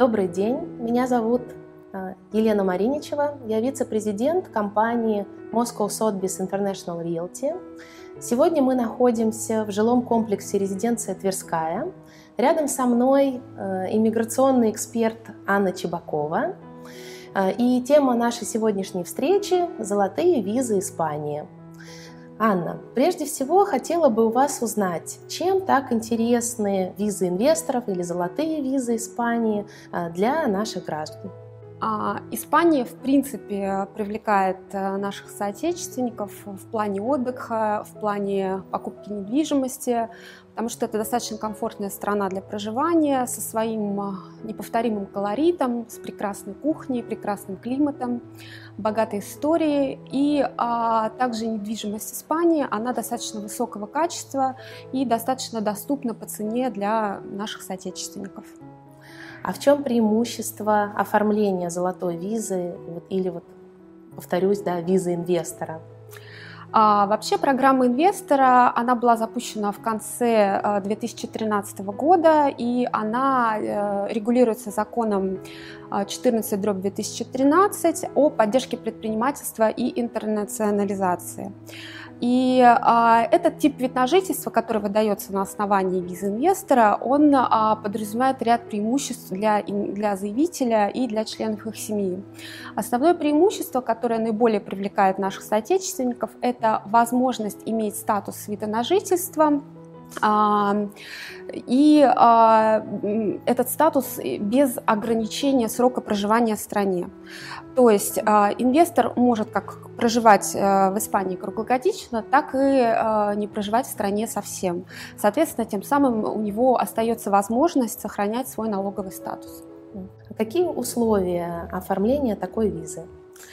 Добрый день, меня зовут Елена Мариничева, я вице-президент компании Moscow Sotheby's International Realty. Сегодня мы находимся в жилом комплексе резиденция Тверская. Рядом со мной иммиграционный эксперт Анна Чебакова. И тема нашей сегодняшней встречи – «Золотые визы Испании». Анна, прежде всего хотела бы у вас узнать, чем так интересны визы инвесторов или золотые визы Испании для наших граждан? Испания, в принципе, привлекает наших соотечественников в плане отдыха, в плане покупки недвижимости, потому что это достаточно комфортная страна для проживания со своим неповторимым колоритом, с прекрасной кухней, прекрасным климатом, богатой историей. И также недвижимость Испании, она достаточно высокого качества и достаточно доступна по цене для наших соотечественников. А в чем преимущество оформления золотой визы или, повторюсь, визы инвестора? Вообще программа инвестора, она была запущена в конце 2013 года, и она регулируется законом 14/2013 о поддержке предпринимательства и интернационализации. И этот тип вид на жительство, который выдается на основании визы инвестора, он подразумевает ряд преимуществ для заявителя и для членов их семьи. Основное преимущество, которое наиболее привлекает наших соотечественников, это возможность иметь статус вида на жительство, и этот статус без ограничения срока проживания в стране. То есть инвестор может как проживать в Испании круглогодично, так и не проживать в стране совсем. Соответственно, тем самым у него остается возможность сохранять свой налоговый статус. Какие условия оформления такой визы?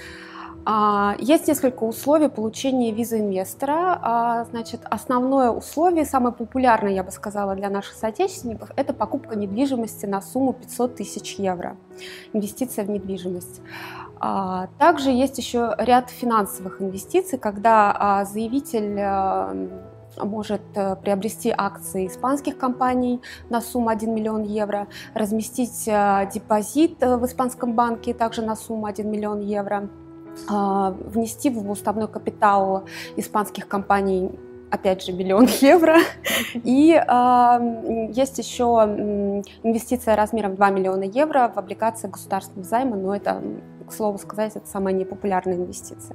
Есть несколько условий получения визы инвестора. Значит, основное условие, самое популярное, я бы сказала, для наших соотечественников, это покупка недвижимости на сумму 500 тысяч евро, инвестиция в недвижимость. Также есть еще ряд финансовых инвестиций, когда заявитель может приобрести акции испанских компаний на сумму 1 миллион евро, разместить депозит в испанском банке также на сумму 1 миллион евро, внести в уставной капитал испанских компаний, опять же, 1 миллион евро. И есть еще инвестиция размером 2 миллиона евро в облигации государственного займа, но это, к слову сказать, это самая непопулярная инвестиция.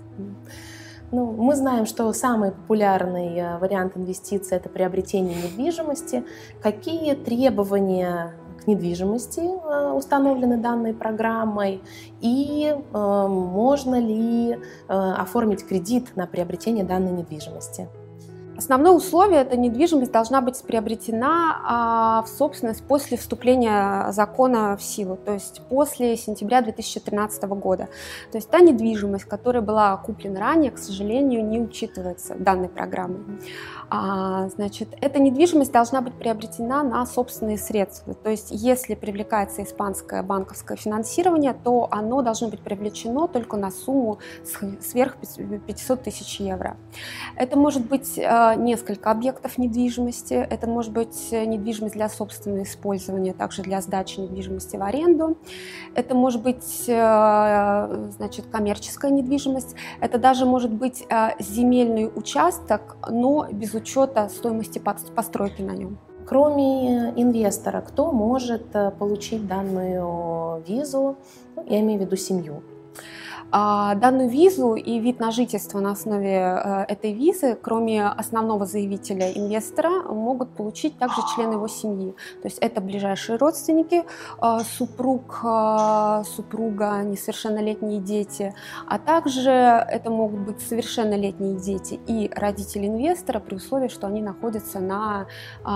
Мы знаем, что самый популярный вариант инвестиций – это приобретение недвижимости. Какие требования к недвижимости установлены данной программой, и можно ли оформить кредит на приобретение данной недвижимости? Основное условие – это недвижимость должна быть приобретена в собственность после вступления закона в силу, то есть после сентября 2013 года. То есть та недвижимость, которая была куплена ранее, к сожалению, не учитывается данной программой. Значит, эта недвижимость должна быть приобретена на собственные средства. То есть если привлекается испанское банковское финансирование, то оно должно быть привлечено только на сумму сверх 500 тысяч евро. Это может быть несколько объектов недвижимости, это может быть недвижимость для собственного использования, также для сдачи недвижимости в аренду, это может быть, значит, коммерческая недвижимость, это даже может быть земельный участок, но без учета стоимости постройки на нем. Кроме инвестора, кто может получить данную визу, я имею в виду семью? Данную визу и вид на жительство на основе этой визы, кроме основного заявителя инвестора, могут получить также члены его семьи. То есть это ближайшие родственники, супруг, супруга, несовершеннолетние дети, а также это могут быть совершеннолетние дети и родители инвестора при условии, что они находятся на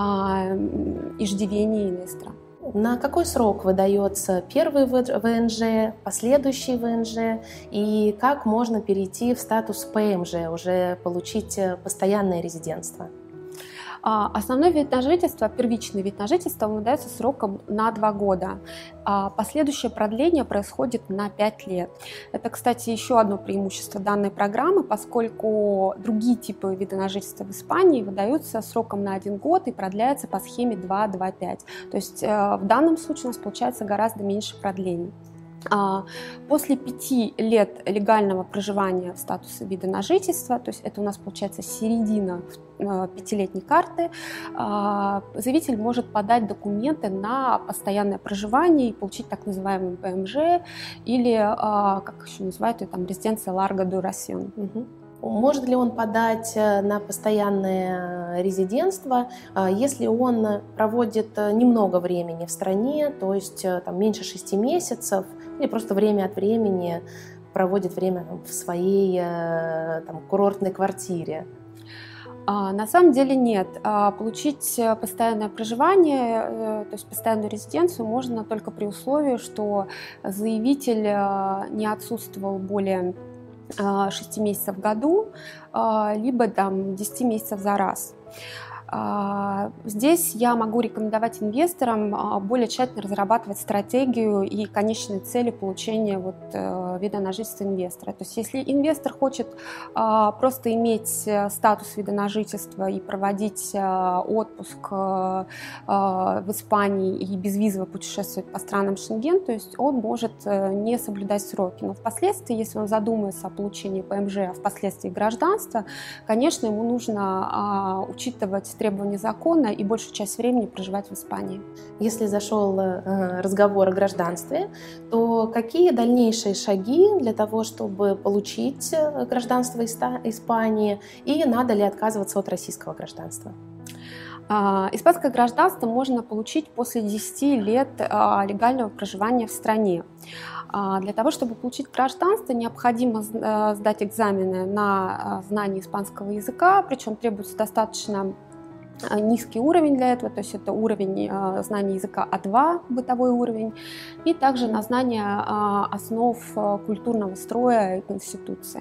иждивении инвестора. На какой срок выдается первый ВНЖ, последующий ВНЖ, и как можно перейти в статус ПМЖ, уже получить постоянное резидентство? Основной вид на жительство, первичный вид на жительство, он выдается сроком на 2 года. Последующее продление происходит на 5 лет. Это, кстати, еще одно преимущество данной программы, поскольку другие типы вида на жительство в Испании выдаются сроком на 1 год и продляются по схеме 2-2-5. То есть в данном случае у нас получается гораздо меньше продлений. После 5 лет легального проживания в статусе вида на жительство, то есть это у нас получается середина 5-летней карты, заявитель может подать документы на постоянное проживание и получить так называемый ПМЖ или, как еще называют, там, резиденция Larga Duración. Может ли он подать на постоянное резидентство, если он проводит немного времени в стране, то есть там, меньше 6 месяцев, или просто время от времени проводит время в своей там, курортной квартире? На самом деле нет. Получить постоянное проживание, то есть постоянную резиденцию, можно только при условии, что заявитель не отсутствовал более 6 месяцев в году, либо там 10 месяцев за раз. Здесь я могу рекомендовать инвесторам более тщательно разрабатывать стратегию и конечные цели получения вида на жительство инвестора. То есть если инвестор хочет просто иметь статус вида на жительство и проводить отпуск в Испании и безвизово путешествовать по странам Шенген, то есть он может не соблюдать сроки. Но впоследствии, если он задумается о получении ПМЖ, а впоследствии гражданства, конечно, ему нужно учитывать требования закона и большую часть времени проживать в Испании. Если зашел разговор о гражданстве, то какие дальнейшие шаги для того, чтобы получить гражданство Испании, и надо ли отказываться от российского гражданства? Испанское гражданство можно получить после 10 лет легального проживания в стране. Для того, чтобы получить гражданство, необходимо сдать экзамены на знание испанского языка, причем требуется достаточно низкий уровень для этого, то есть это уровень знания языка А2, бытовой уровень, и также на знание основ культурного строя и конституции.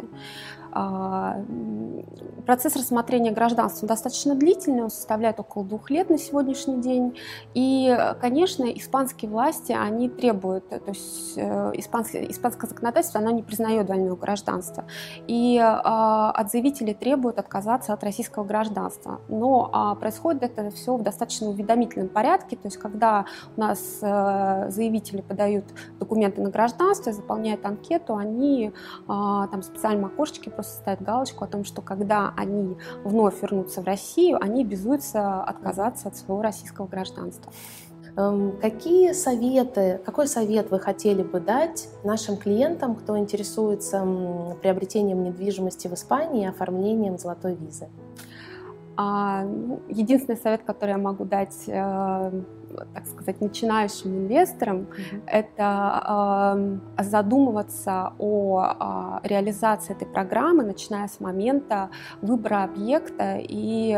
Процесс рассмотрения гражданства достаточно длительный, он составляет около 2 лет на сегодняшний день. И, конечно, испанские власти, они требуют, то есть испанское законодательство, оно не признает двойное гражданство. И от заявителей требуют отказаться от российского гражданства. Но происходит это все в достаточно уведомительном порядке, то есть когда у нас заявители подают документы на гражданство, заполняют анкету, они там в специальном окошечке просто ставят галочку о том, что когда они вновь вернутся в Россию, они обязуются отказаться от своего российского гражданства. Какой совет вы хотели бы дать нашим клиентам, кто интересуется приобретением недвижимости в Испании и оформлением золотой визы? Единственный совет, который я могу дать, так сказать, начинающим инвесторам, это задумываться о реализации этой программы, начиная с момента выбора объекта и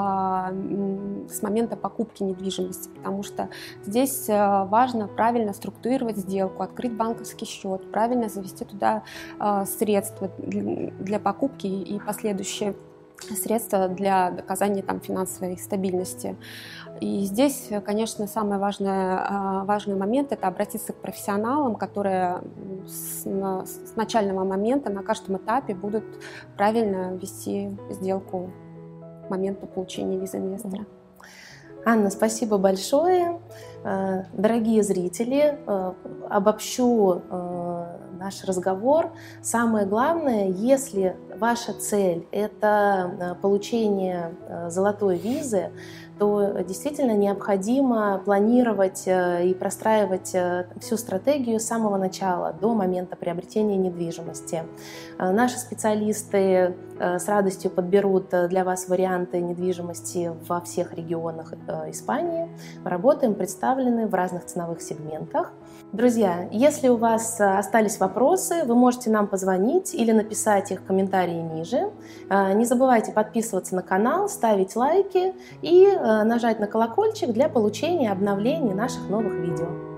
с момента покупки недвижимости, потому что здесь важно правильно структурировать сделку, открыть банковский счет, правильно завести туда средства для покупки и последующие средства для доказания там, финансовой стабильности. И здесь, конечно, самый важный момент – это обратиться к профессионалам, которые с начального момента на каждом этапе будут правильно вести сделку к моменту получения визы инвестора. Анна, спасибо большое. Дорогие зрители, обобщу наш разговор. Самое главное, если ваша цель – это получение золотой визы, то действительно необходимо планировать и простраивать всю стратегию с самого начала, до момента приобретения недвижимости. Наши специалисты с радостью подберут для вас варианты недвижимости во всех регионах Испании. Мы работаем, представлены в разных ценовых сегментах. Друзья, если у вас остались вопросы, вы можете нам позвонить или написать их в комментарии ниже. Не забывайте подписываться на канал, ставить лайки и нажать на колокольчик для получения обновлений наших новых видео.